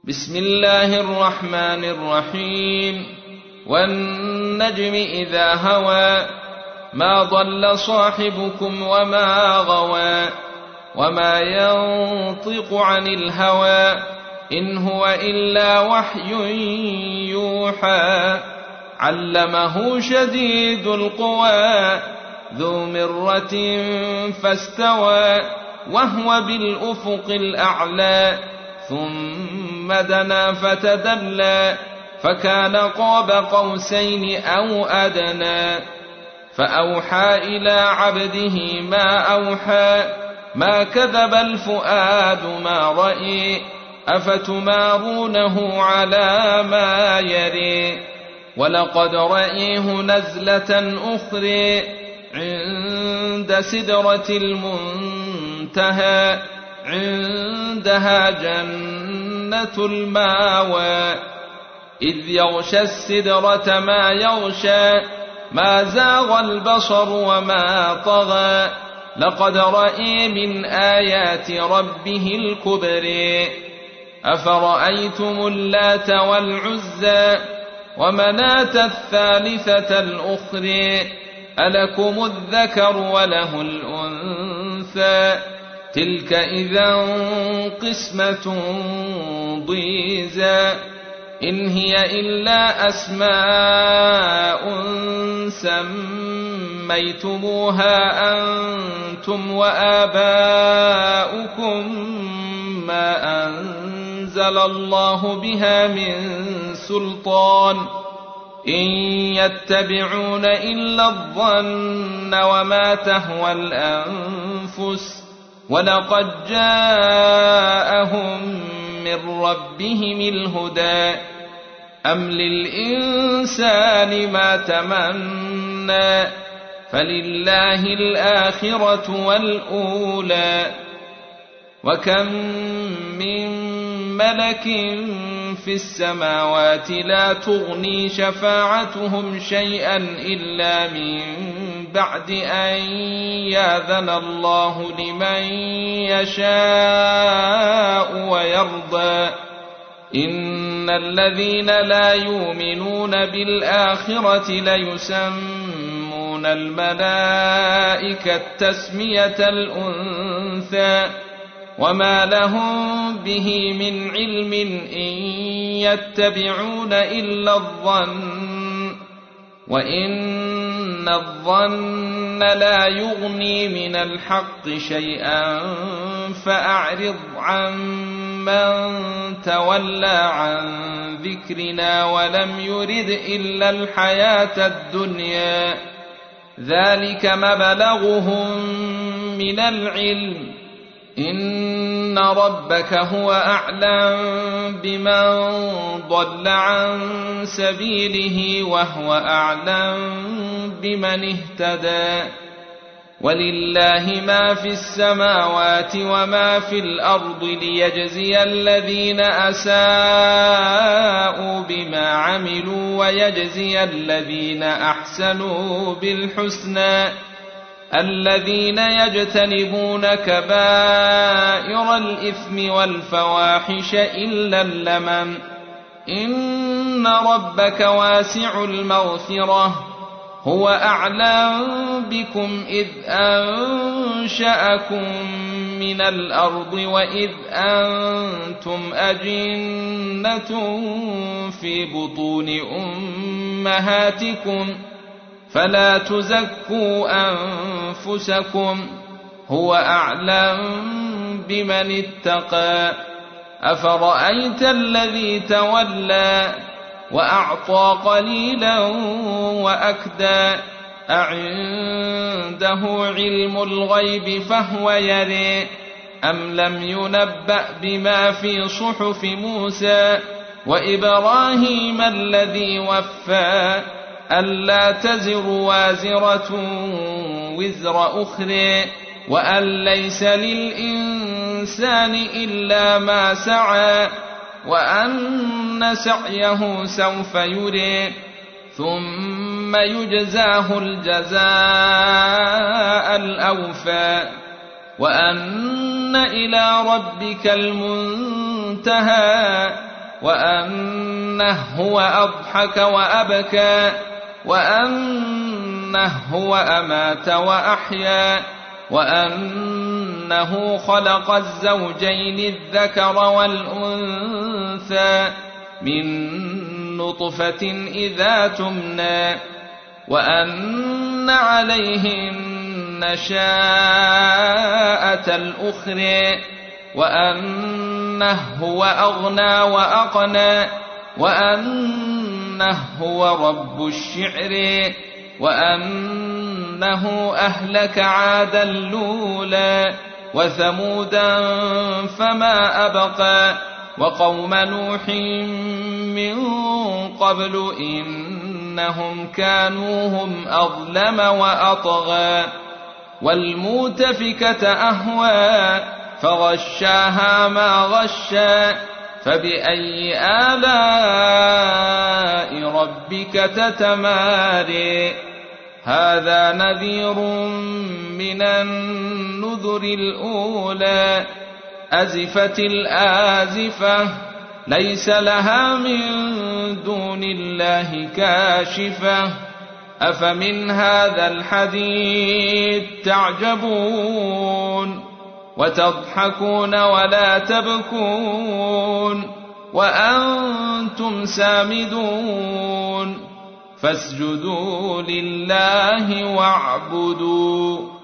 بسم الله الرحمن الرحيم. والنجم إذا هوى ما ضل صاحبكم وما غوى وما ينطق عن الهوى إن هو إلا وحي يوحى علمه شديد القوى ذو مرة فاستوى وهو بالأفق الأعلى ثم دنا فتدلى فكان قاب قوسين أو أدنى فأوحى إلى عبده ما أوحى ما كذب الفؤاد ما رأي أفتمارونه على ما يري ولقد رأيه نزلة أخرى عند سدرة المنتهى عندها جنة الماوى إذ يغشى السدرة ما يغشى ما زاغ البصر وما طغى لقد رأى من آيات ربه الكبر أفرأيتم اللات والعزى ومناة الثالثة الأخرى ألكم الذكر وله الأنثى تلك إذا قسمة ضيزى إن هي إلا أسماء سميتموها أنتم وآباؤكم ما أنزل الله بها من سلطان إن يتبعون إلا الظن وما تهوى الأنفس ولقد جاءهم من ربهم الهدى أم للإنسان ما تمنى فلله الآخرة والأولى وكم من ملك في السماوات لا تغني شفاعتهم شيئا إلا من بعد أن يأذن الله لمن يشاء ويرضى إن الذين لا يؤمنون بالآخرة ليسمون الملائكة تسمية الأنثى وما لهم به من علم إن يتبعون إلا الظن وإن الظن لا يغني من الحق شيئا فأعرض عن من تولى عن ذكرنا ولم يرد إلا الحياة الدنيا ذلك مبلغهم من العلم إن ربك هو أعلم بمن ضل عن سبيله وهو أعلم بمن اهتدى ولله ما في السماوات وما في الأرض ليجزي الذين أساءوا بما عملوا ويجزي الذين أحسنوا بالحسنى الذين يجتنبون كبائر الإثم والفواحش إلا اللمم إن ربك واسع المغفرة هو أعلم بكم إذ أنشأكم من الأرض وإذ أنتم أجنة في بطون أمهاتكم فلا تزكوا أنفسكم هو أعلم بمن اتقى أفرأيت الذي تولى وأعطى قليلا وأكدى أعنده علم الغيب فهو يرى أم لم ينبأ بما في صحف موسى وإبراهيم الذي وفى ألا تزر وازرة وزر أخرى وأن ليس للإنسان إلا ما سعى وأن سعيه سوف يرى ثم يجزاه الجزاء الأوفى وأن إلى ربك المنتهى وأنه هو أضحك وأبكى وأنه هو أمات وأحيا وأنه خلق الزوجين الذكر والأنثى من نطفة إذا تمنى وأن عليه النشاءة الأخرى وأنه هو أغنى وأقنى وأنه هو رب الشعر وأنه أهلك عادا الأولى وثمودا فما أبقى وقوم نوح من قبل إنهم كانوا هم أظلم وأطغى والمؤتفكة أهوى فغشاها ما غشى فبأي آلاء ربك تتماري هذا نذير من النذر الأولى أزفت الآزفة ليس لها من دون الله كاشفة أفمن هذا الحديث تعجبون وتضحكون ولا تبكون وأنتم سامدون فاسجدوا لله واعبدوا